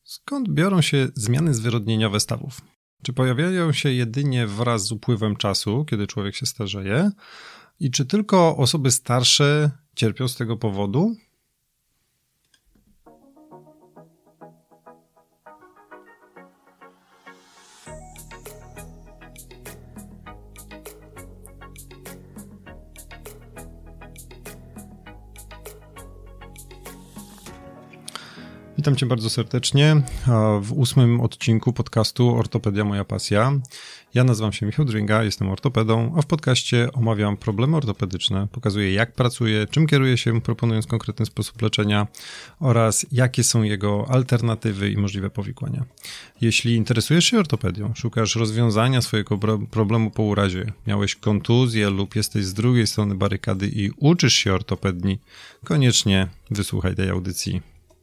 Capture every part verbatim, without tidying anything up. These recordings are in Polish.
Skąd biorą się zmiany zwyrodnieniowe stawów? Czy pojawiają się jedynie wraz z upływem czasu, kiedy człowiek się starzeje? I czy tylko osoby starsze cierpią z tego powodu? Witam Cię bardzo serdecznie w ósmym odcinku podcastu Ortopedia Moja Pasja. Ja nazywam się Michał Dringa, jestem ortopedą, a w podcaście omawiam problemy ortopedyczne, pokazuję jak pracuję, czym kieruję się, proponując konkretny sposób leczenia oraz jakie są jego alternatywy i możliwe powikłania. Jeśli interesujesz się ortopedią, szukasz rozwiązania swojego problemu po urazie, miałeś kontuzję lub jesteś z drugiej strony barykady i uczysz się ortopedii, koniecznie wysłuchaj tej audycji.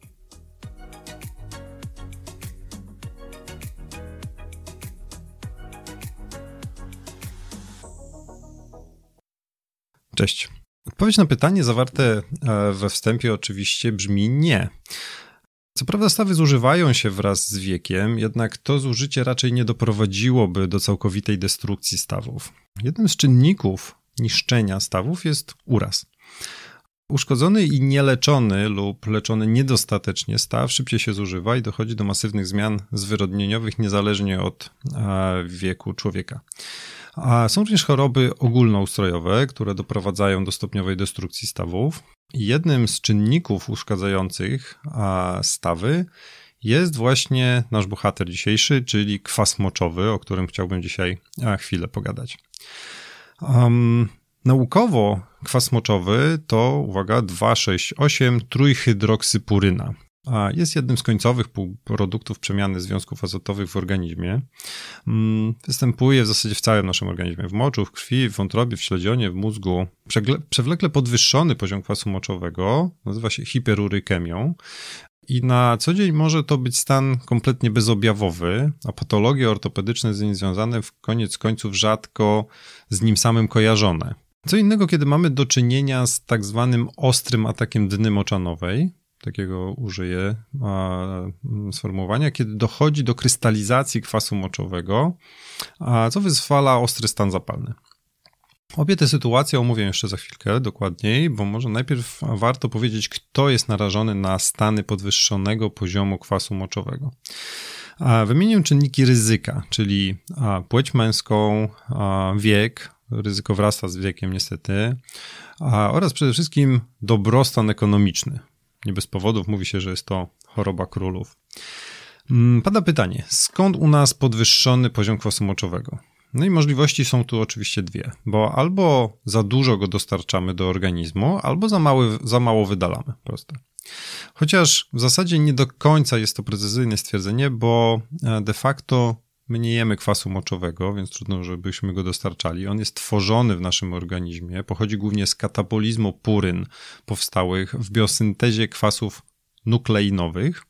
Cześć. Odpowiedź na pytanie zawarte we wstępie oczywiście brzmi nie. Co prawda stawy zużywają się wraz z wiekiem, jednak to zużycie raczej nie doprowadziłoby do całkowitej destrukcji stawów. Jednym z czynników niszczenia stawów jest uraz. Uszkodzony i nieleczony lub leczony niedostatecznie staw szybciej się zużywa i dochodzi do masywnych zmian zwyrodnieniowych niezależnie od wieku człowieka. A są również choroby ogólnoustrojowe, które doprowadzają do stopniowej destrukcji stawów. I jednym z czynników uszkadzających stawy jest właśnie nasz bohater dzisiejszy, czyli kwas moczowy, o którym chciałbym dzisiaj chwilę pogadać. Um, naukowo kwas moczowy to, uwaga, dwa sześć osiem trójhydroksypuryna. A jest jednym z końcowych produktów przemiany związków azotowych w organizmie. Występuje w zasadzie w całym naszym organizmie, w moczu, w krwi, w wątrobie, w śledzionie, w mózgu. Przewlekle podwyższony poziom kwasu moczowego nazywa się hiperurykemią i na co dzień może to być stan kompletnie bezobjawowy, a patologie ortopedyczne z nim związane w koniec końców rzadko z nim samym kojarzone. Co innego, kiedy mamy do czynienia z tak zwanym ostrym atakiem dny moczanowej, takiego użyję a, sformułowania, kiedy dochodzi do krystalizacji kwasu moczowego, a co wyzwala ostry stan zapalny. Obie te sytuacje omówię jeszcze za chwilkę dokładniej, bo może najpierw warto powiedzieć, kto jest narażony na stany podwyższonego poziomu kwasu moczowego. A wymienię czynniki ryzyka, czyli a, płeć męską, a, wiek, ryzyko wzrasta z wiekiem niestety, a, oraz przede wszystkim dobrostan ekonomiczny. Nie bez powodów mówi się, że jest to choroba królów. Pada pytanie, skąd u nas podwyższony poziom kwasu moczowego? No i możliwości są tu oczywiście dwie, bo albo za dużo go dostarczamy do organizmu, albo za, mały, za mało wydalamy, proste. Chociaż w zasadzie nie do końca jest to precyzyjne stwierdzenie, bo de facto my nie jemy kwasu moczowego, więc trudno, żebyśmy go dostarczali. On jest tworzony w naszym organizmie, pochodzi głównie z katabolizmu puryn powstałych w biosyntezie kwasów nukleinowych,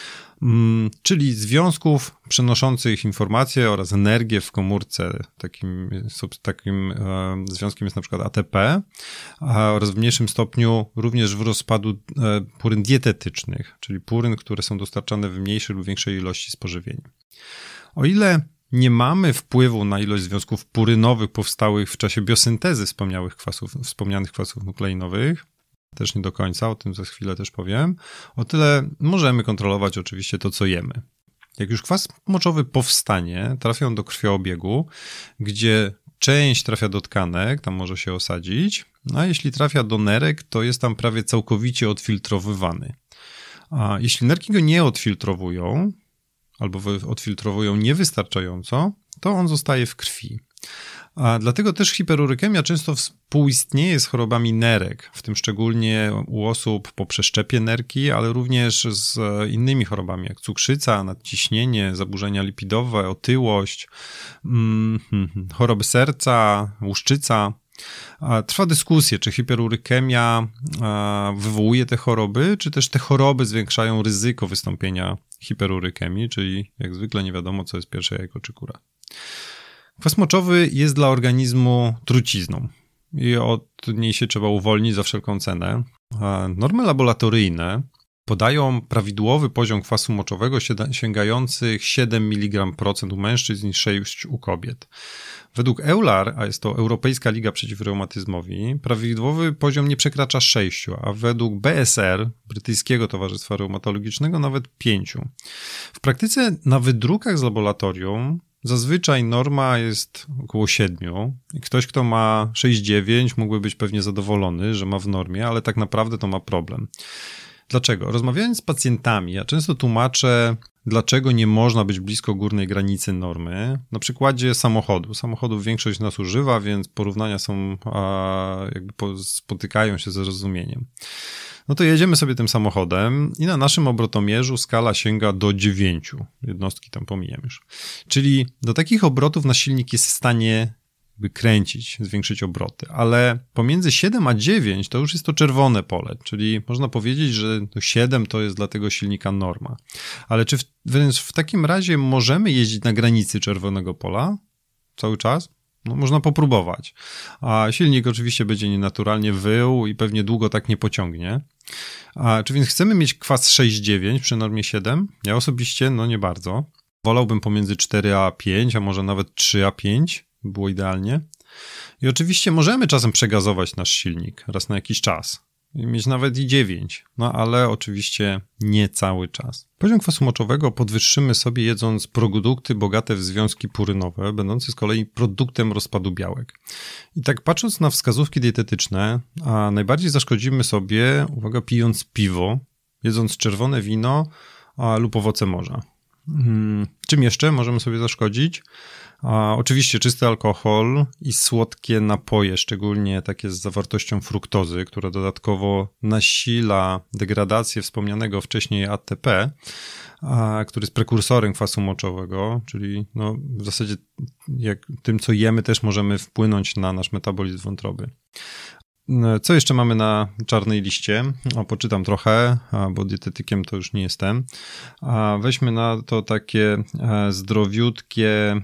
czyli związków przenoszących informacje oraz energię w komórce. Takim, takim związkiem jest na przykład A T P oraz w mniejszym stopniu również w rozpadu puryn dietetycznych, czyli puryn, które są dostarczane w mniejszej lub większej ilości z pożywieniem. O ile nie mamy wpływu na ilość związków purynowych powstałych w czasie biosyntezy wspomnianych kwasów, wspomnianych kwasów nukleinowych, też nie do końca, o tym za chwilę też powiem, o tyle możemy kontrolować oczywiście to, co jemy. Jak już kwas moczowy powstanie, trafia on do krwioobiegu, gdzie część trafia do tkanek, tam może się osadzić, a jeśli trafia do nerek, to jest tam prawie całkowicie odfiltrowywany. A jeśli nerki go nie odfiltrowują, albo odfiltrowują niewystarczająco, to on zostaje w krwi. A dlatego też hiperurykemia często współistnieje z chorobami nerek, w tym szczególnie u osób po przeszczepie nerki, ale również z innymi chorobami jak cukrzyca, nadciśnienie, zaburzenia lipidowe, otyłość, mm, choroby serca, łuszczyca. Trwa dyskusja, czy hiperurykemia wywołuje te choroby, czy też te choroby zwiększają ryzyko wystąpienia hiperurykemii, czyli jak zwykle nie wiadomo, co jest pierwsze, jajko czy kura. Kwas moczowy jest dla organizmu trucizną i od niej się trzeba uwolnić za wszelką cenę. Normy laboratoryjne podają prawidłowy poziom kwasu moczowego sięgających siedem miligram procent u mężczyzn i sześć u kobiet. Według EULAR, a jest to Europejska Liga Przeciw Reumatyzmowi, prawidłowy poziom nie przekracza sześciu, a według B S R, Brytyjskiego Towarzystwa Reumatologicznego, nawet pięciu. W praktyce na wydrukach z laboratorium zazwyczaj norma jest około siedmiu i ktoś, kto ma sześć dziewięć, mógłby być pewnie zadowolony, że ma w normie, ale tak naprawdę to ma problem. Dlaczego? Rozmawiając z pacjentami, ja często tłumaczę, dlaczego nie można być blisko górnej granicy normy. Na przykładzie samochodu. Samochodów większość z nas używa, więc porównania są, a, jakby spotykają się ze zrozumieniem. No to jedziemy sobie tym samochodem i na naszym obrotomierzu skala sięga do dziewięciu. Jednostki tam pomijam już. Czyli do takich obrotów nasz silnik jest w stanie by kręcić, zwiększyć obroty, ale pomiędzy siedem a dziewięć to już jest to czerwone pole, czyli można powiedzieć, że siedem to jest dla tego silnika norma. Ale czy w, wręcz w takim razie możemy jeździć na granicy czerwonego pola cały czas? No można popróbować. A silnik oczywiście będzie nienaturalnie wył i pewnie długo tak nie pociągnie. A czy więc chcemy mieć kwas sześć dziewięć przy normie siedem? Ja osobiście no nie bardzo. Wolałbym pomiędzy cztery a pięć, a może nawet trzy a pięć. Było idealnie. I oczywiście możemy czasem przegazować nasz silnik raz na jakiś czas. I mieć nawet i dziewięć. No ale oczywiście nie cały czas. Poziom kwasu moczowego podwyższymy sobie jedząc produkty bogate w związki purynowe, będące z kolei produktem rozpadu białek. I tak patrząc na wskazówki dietetyczne, a najbardziej zaszkodzimy sobie, uwaga, pijąc piwo, jedząc czerwone wino a, lub owoce morza. Hmm. Czym jeszcze możemy sobie zaszkodzić? A oczywiście czysty alkohol i słodkie napoje, szczególnie takie z zawartością fruktozy, która dodatkowo nasila degradację wspomnianego wcześniej A T P, a, który jest prekursorem kwasu moczowego, czyli no, w zasadzie jak tym, co jemy, też możemy wpłynąć na nasz metabolizm wątroby. Co jeszcze mamy na czarnej liście? O, poczytam trochę, bo dietetykiem to już nie jestem. Weźmy na to takie zdrowiutkie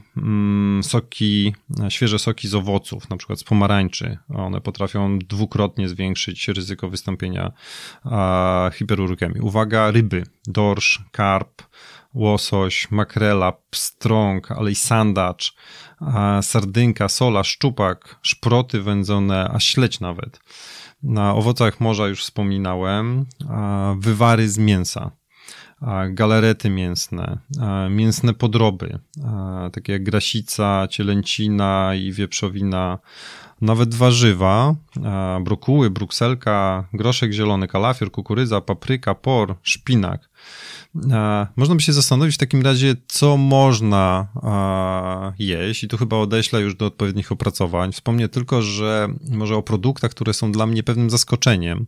soki, świeże soki z owoców, na przykład z pomarańczy. One potrafią dwukrotnie zwiększyć ryzyko wystąpienia hiperurykemii. Uwaga, ryby, dorsz, karp, łosoś, makrela, pstrąg, ale i sandacz, sardynka, sola, szczupak, szproty wędzone, a śledź nawet. Na owocach morza już wspominałem, wywary z mięsa, galarety mięsne, mięsne podroby, takie jak grasica, cielęcina i wieprzowina, nawet warzywa, brokuły, brukselka, groszek zielony, kalafior, kukurydza, papryka, por, szpinak. Można by się zastanowić w takim razie, co można jeść i tu chyba odeślę już do odpowiednich opracowań. Wspomnę tylko, że może o produktach, które są dla mnie pewnym zaskoczeniem,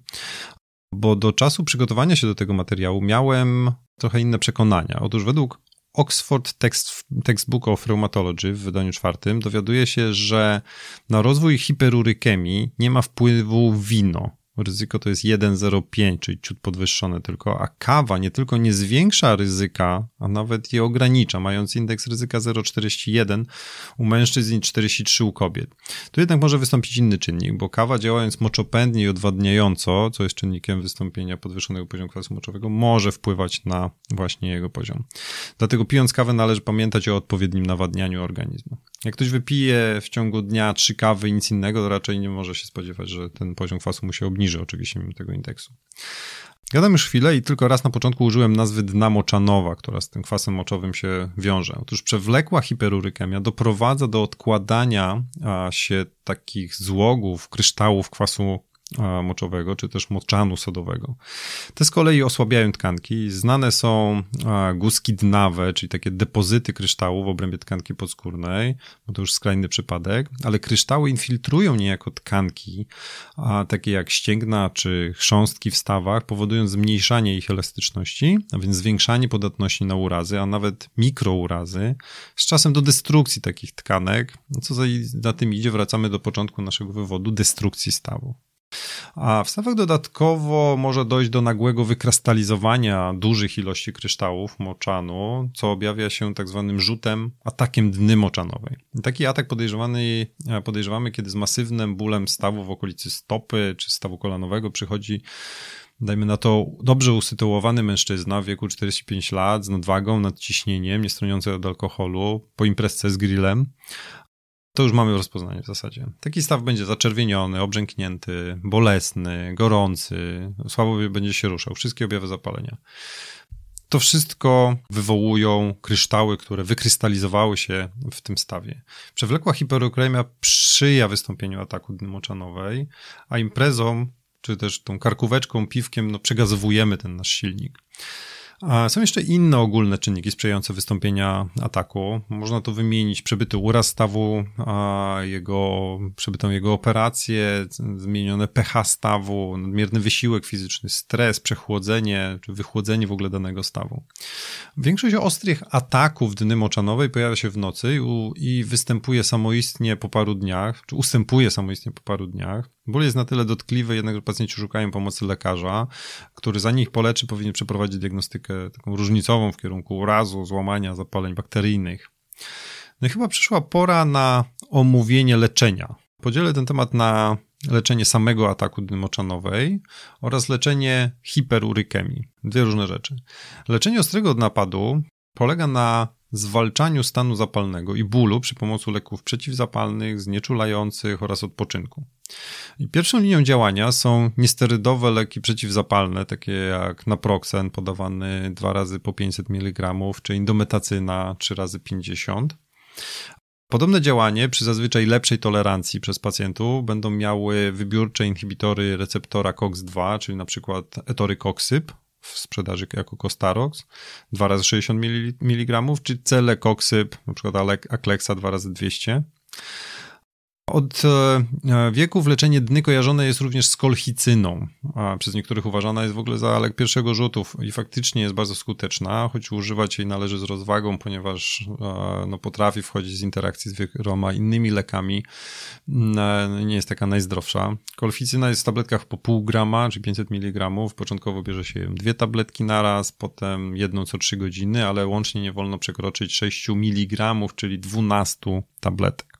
bo do czasu przygotowania się do tego materiału miałem trochę inne przekonania. Otóż według Oxford Text, Textbook of Rheumatology w wydaniu czwartym dowiaduje się, że na rozwój hiperurykemii nie ma wpływu wino. Ryzyko to jest jeden przecinek zero pięć, czyli ciut podwyższone tylko, a kawa nie tylko nie zwiększa ryzyka, a nawet je ogranicza, mając indeks ryzyka zero przecinek czterdzieści jeden u mężczyzn i czterdzieści trzy u kobiet. Tu jednak może wystąpić inny czynnik, bo kawa działając moczopędnie i odwadniająco, co jest czynnikiem wystąpienia podwyższonego poziomu kwasu moczowego, może wpływać na właśnie jego poziom. Dlatego pijąc kawę należy pamiętać o odpowiednim nawadnianiu organizmu. Jak ktoś wypije w ciągu dnia trzy kawy i nic innego, to raczej nie może się spodziewać, że ten poziom kwasu mu się obniży, oczywiście mimo tego indeksu. Gadam już chwilę i tylko raz na początku użyłem nazwy dna moczanowa, która z tym kwasem moczowym się wiąże. Otóż przewlekła hiperurykemia doprowadza do odkładania się takich złogów, kryształów kwasu moczowego, czy też moczanu sodowego. Te z kolei osłabiają tkanki. Znane są guzki dnawe, czyli takie depozyty kryształu w obrębie tkanki podskórnej, bo to już skrajny przypadek, ale kryształy infiltrują niejako tkanki, takie jak ścięgna czy chrząstki w stawach, powodując zmniejszanie ich elastyczności, a więc zwiększanie podatności na urazy, a nawet mikrourazy, z czasem do destrukcji takich tkanek, co za, za tym idzie, wracamy do początku naszego wywodu, destrukcji stawu. A w stawach dodatkowo może dojść do nagłego wykrystalizowania dużych ilości kryształów moczanu, co objawia się tak zwanym rzutem, atakiem dny moczanowej. Taki atak podejrzewany, podejrzewamy, kiedy z masywnym bólem stawu w okolicy stopy czy stawu kolanowego przychodzi dajmy na to, dobrze usytuowany mężczyzna w wieku czterdzieści pięć lat, z nadwagą, nadciśnieniem, niestroniący od alkoholu, po imprezce z grillem, to już mamy rozpoznanie w zasadzie. Taki staw będzie zaczerwieniony, obrzęknięty, bolesny, gorący, słabo będzie się ruszał, wszystkie objawy zapalenia. To wszystko wywołują kryształy, które wykrystalizowały się w tym stawie. Przewlekła hiperukremia sprzyja wystąpieniu ataku dny moczanowej, a imprezą, czy też tą karkóweczką, piwkiem, no przegazowujemy ten nasz silnik. A są jeszcze inne ogólne czynniki sprzyjające wystąpienia ataku. Można tu wymienić przebyty uraz stawu, a jego, przebytą jego operację, zmienione pH stawu, nadmierny wysiłek fizyczny, stres, przechłodzenie, czy wychłodzenie w ogóle danego stawu. Większość ostrych ataków dny moczanowej pojawia się w nocy i występuje samoistnie po paru dniach, czy ustępuje samoistnie po paru dniach. Ból jest na tyle dotkliwy, jednak że pacjenci szukają pomocy lekarza, który zanim ich poleczy, powinien przeprowadzić diagnostykę taką różnicową w kierunku urazu, złamania, zapaleń bakteryjnych. No i chyba przyszła pora na omówienie leczenia. Podzielę ten temat na leczenie samego ataku dny moczanowej oraz leczenie hiperurykemii. Dwie różne rzeczy. Leczenie ostrego napadu polega na zwalczaniu stanu zapalnego i bólu przy pomocy leków przeciwzapalnych, znieczulających oraz odpoczynku. I pierwszą linią działania są niesterydowe leki przeciwzapalne, takie jak naproxen podawany dwa razy po pięćset miligramów, czy indometacyna trzy razy pięćdziesiąt. Podobne działanie przy zazwyczaj lepszej tolerancji przez pacjentów będą miały wybiórcze inhibitory receptora C O X dwa, czyli na przykład etorykoxyb w sprzedaży jako Costarox dwa razy sześćdziesiąt miligramów, czy celecoxyb, na przykład Aklexa dwa razy dwieście. Od wieków leczenie dny kojarzone jest również z kolchicyną, a przez niektórych uważana jest w ogóle za lek pierwszego rzutu i faktycznie jest bardzo skuteczna, choć używać jej należy z rozwagą, ponieważ no, potrafi wchodzić z interakcji z wieloma innymi lekami, nie jest taka najzdrowsza. Kolchicyna jest w tabletkach po pół grama, czy pięćset miligramów, początkowo bierze się dwie tabletki naraz, potem jedną co trzy godziny, ale łącznie nie wolno przekroczyć sześć miligramów, czyli dwanaście tabletek.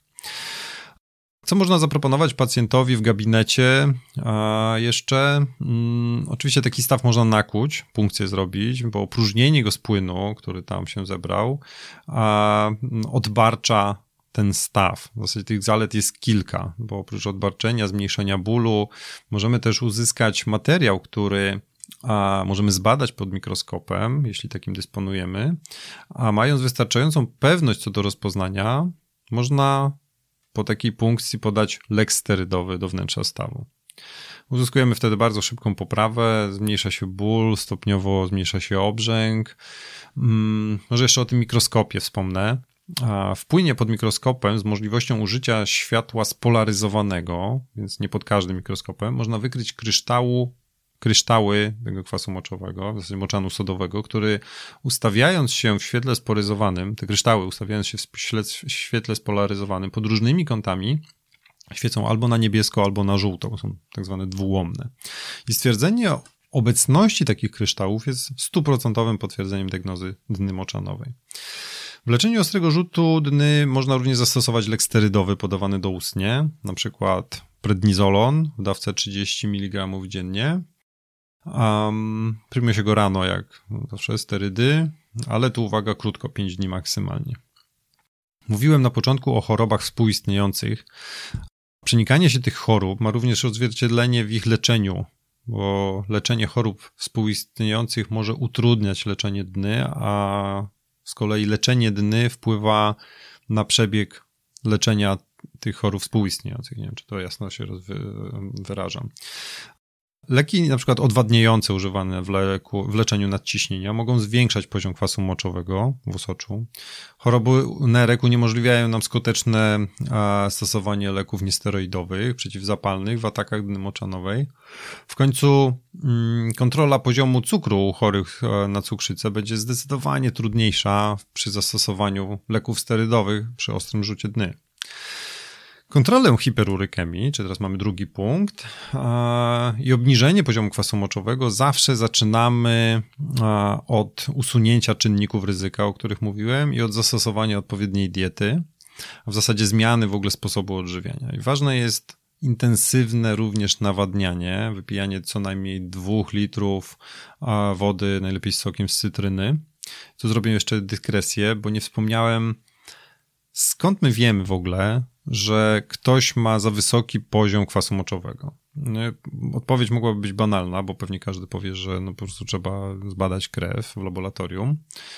Co można zaproponować pacjentowi w gabinecie? A jeszcze mm, oczywiście taki staw można nakłuć, punkcję zrobić, bo opróżnienie go z płynu, który tam się zebrał, a, odbarcza ten staw. W zasadzie tych zalet jest kilka, bo oprócz odbarczenia, zmniejszenia bólu, możemy też uzyskać materiał, który a możemy zbadać pod mikroskopem, jeśli takim dysponujemy, a mając wystarczającą pewność co do rozpoznania, można po takiej punkcji podać lek sterydowy do wnętrza stawu. Uzyskujemy wtedy bardzo szybką poprawę, zmniejsza się ból, stopniowo zmniejsza się obrzęk. Hmm, może jeszcze o tym mikroskopie wspomnę. A w płynie pod mikroskopem z możliwością użycia światła spolaryzowanego, więc nie pod każdym mikroskopem, można wykryć kryształu kryształy tego kwasu moczowego, w zasadzie moczanu sodowego, który ustawiając się w świetle spolaryzowanym, te kryształy ustawiając się w świetle spolaryzowanym pod różnymi kątami, świecą albo na niebiesko, albo na żółto, są tak zwane dwułomne. I stwierdzenie obecności takich kryształów jest stuprocentowym potwierdzeniem diagnozy dny moczanowej. W leczeniu ostrego rzutu dny można również zastosować lek sterydowy podawany doustnie, na przykład prednizolon w dawce trzydzieści miligramów dziennie. Um, przyjmuje się go rano, jak zawsze, sterydy, ale tu uwaga, krótko, pięć dni maksymalnie. Mówiłem na początku o chorobach współistniejących. Przenikanie się tych chorób ma również odzwierciedlenie w ich leczeniu, bo leczenie chorób współistniejących może utrudniać leczenie dny, a z kolei leczenie dny wpływa na przebieg leczenia tych chorób współistniejących. Nie wiem, czy to jasno się wyrażam. Leki na przykład odwadniające używane w, leku, w leczeniu nadciśnienia mogą zwiększać poziom kwasu moczowego w osoczu. Choroby nerek uniemożliwiają nam skuteczne a, stosowanie leków niesteroidowych, przeciwzapalnych w atakach dny moczanowej. W końcu mm, kontrola poziomu cukru u chorych a, na cukrzycę będzie zdecydowanie trudniejsza przy zastosowaniu leków sterydowych przy ostrym rzucie dny. Kontrolę hiperurykemii, czy teraz mamy drugi punkt, i obniżenie poziomu kwasu moczowego zawsze zaczynamy od usunięcia czynników ryzyka, o których mówiłem, i od zastosowania odpowiedniej diety, a w zasadzie zmiany w ogóle sposobu odżywiania. I ważne jest intensywne również nawadnianie, wypijanie co najmniej dwóch litrów wody, najlepiej z sokiem z cytryny. Tu zrobię jeszcze dygresję, bo nie wspomniałem, skąd my wiemy w ogóle, że ktoś ma za wysoki poziom kwasu moczowego. Odpowiedź mogłaby być banalna, bo pewnie każdy powie, że no po prostu trzeba zbadać krew w laboratorium.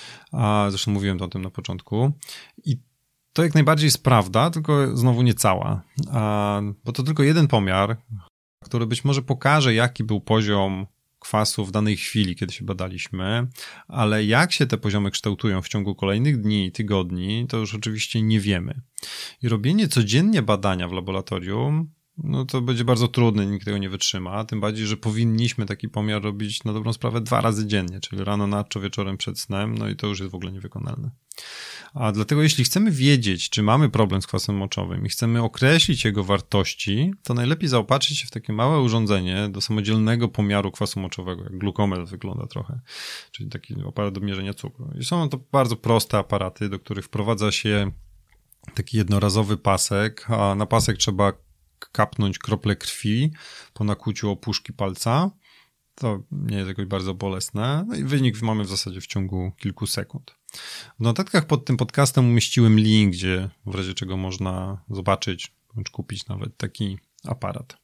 A zresztą mówiłem o tym na początku. I to jak najbardziej jest prawda, tylko znowu nie cała. A, bo to tylko jeden pomiar, który być może pokaże, jaki był poziom kwasu w danej chwili, kiedy się badaliśmy, ale jak się te poziomy kształtują w ciągu kolejnych dni i tygodni, to już oczywiście nie wiemy. I robienie codziennie badania w laboratorium, no to będzie bardzo trudne, nikt tego nie wytrzyma, tym bardziej, że powinniśmy taki pomiar robić na dobrą sprawę dwa razy dziennie, czyli rano nadto, wieczorem przed snem, no i to już jest w ogóle niewykonalne. A dlatego jeśli chcemy wiedzieć, czy mamy problem z kwasem moczowym i chcemy określić jego wartości, to najlepiej zaopatrzyć się w takie małe urządzenie do samodzielnego pomiaru kwasu moczowego, jak glukometr wygląda trochę, czyli taki aparat do mierzenia cukru. I są to bardzo proste aparaty, do których wprowadza się taki jednorazowy pasek, a na pasek trzeba kapnąć krople krwi po nakłuciu opuszki palca. To nie jest jakoś bardzo bolesne. No i wynik mamy w zasadzie w ciągu kilku sekund. W notatkach pod tym podcastem umieściłem link, gdzie w razie czego można zobaczyć, bądź kupić nawet taki aparat.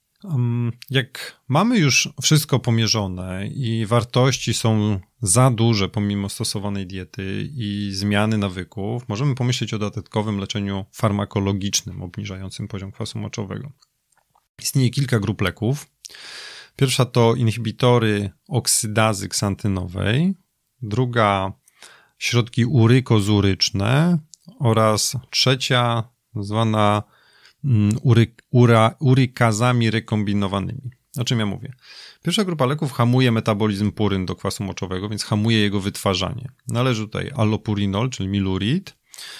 Jak mamy już wszystko pomierzone i wartości są za duże pomimo stosowanej diety i zmiany nawyków, możemy pomyśleć o dodatkowym leczeniu farmakologicznym obniżającym poziom kwasu moczowego. Istnieje kilka grup leków. Pierwsza to inhibitory oksydazy ksantynowej, druga środki urykozuryczne oraz trzecia zwana ury, ura, urykazami rekombinowanymi. O czym ja mówię? Pierwsza grupa leków hamuje metabolizm puryn do kwasu moczowego, więc hamuje jego wytwarzanie. Należy tutaj allopurinol, czyli milurid,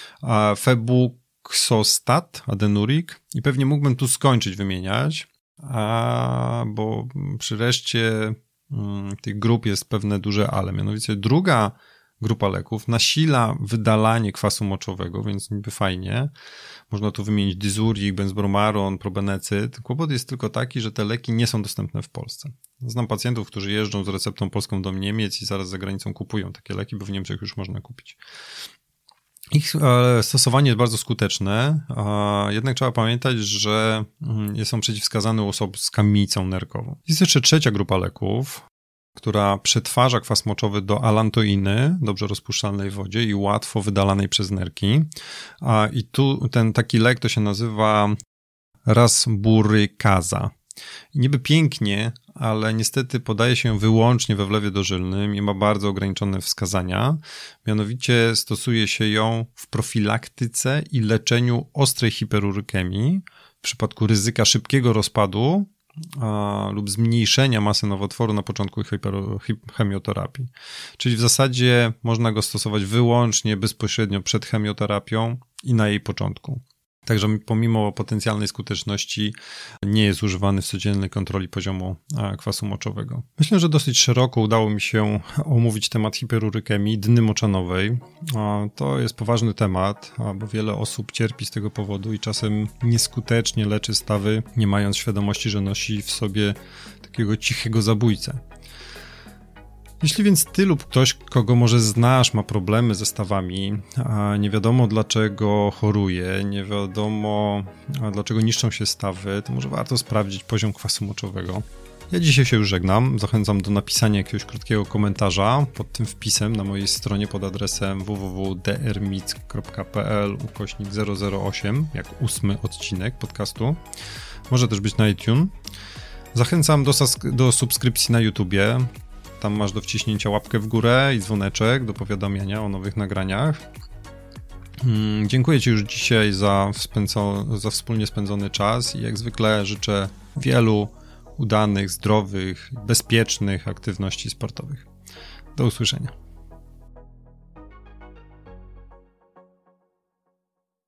febuxostat, adenurik i pewnie mógłbym tu skończyć wymieniać, a, bo przy reszcie mm, tych grup jest pewne duże ale. Mianowicie druga grupa leków nasila wydalanie kwasu moczowego, więc niby fajnie. Można tu wymienić dyzurik, benzbromaron, probenecyt. Kłopot jest tylko taki, że te leki nie są dostępne w Polsce. Znam pacjentów, którzy jeżdżą z receptą polską do Niemiec i zaraz za granicą kupują takie leki, bo w Niemczech już można kupić. Ich stosowanie jest bardzo skuteczne, jednak trzeba pamiętać, że są przeciwwskazane u osób z kamienicą nerkową. Jest jeszcze trzecia grupa leków, która przetwarza kwas moczowy do alantoiny, dobrze rozpuszczalnej w wodzie i łatwo wydalanej przez nerki. I tu ten taki lek to się nazywa rasburykaza. Niby pięknie, ale niestety podaje się wyłącznie we wlewie dożylnym i ma bardzo ograniczone wskazania. Mianowicie stosuje się ją w profilaktyce i leczeniu ostrej hiperurykemii w przypadku ryzyka szybkiego rozpadu a, lub zmniejszenia masy nowotworu na początku hiper- chemioterapii. Czyli w zasadzie można go stosować wyłącznie bezpośrednio przed chemioterapią i na jej początku. Także pomimo potencjalnej skuteczności nie jest używany w codziennej kontroli poziomu kwasu moczowego. Myślę, że dosyć szeroko udało mi się omówić temat hiperurykemii, dny moczanowej. To jest poważny temat, bo wiele osób cierpi z tego powodu i czasem nieskutecznie leczy stawy, nie mając świadomości, że nosi w sobie takiego cichego zabójcę. Jeśli więc ty lub ktoś, kogo może znasz, ma problemy ze stawami, a nie wiadomo dlaczego choruje, nie wiadomo dlaczego niszczą się stawy, to może warto sprawdzić poziom kwasu moczowego. Ja dzisiaj się już żegnam. Zachęcam do napisania jakiegoś krótkiego komentarza pod tym wpisem na mojej stronie pod adresem w w w kropka d r m i c kropka p l ukośnik zero zero osiem, jak ósmy odcinek podcastu. Może też być na iTunes. Zachęcam do, do subskrypcji na YouTubie. Tam masz do wciśnięcia łapkę w górę i dzwoneczek do powiadamiania o nowych nagraniach. Dziękuję ci już dzisiaj za, spędzo- za wspólnie spędzony czas i jak zwykle życzę wielu udanych, zdrowych, bezpiecznych aktywności sportowych. Do usłyszenia.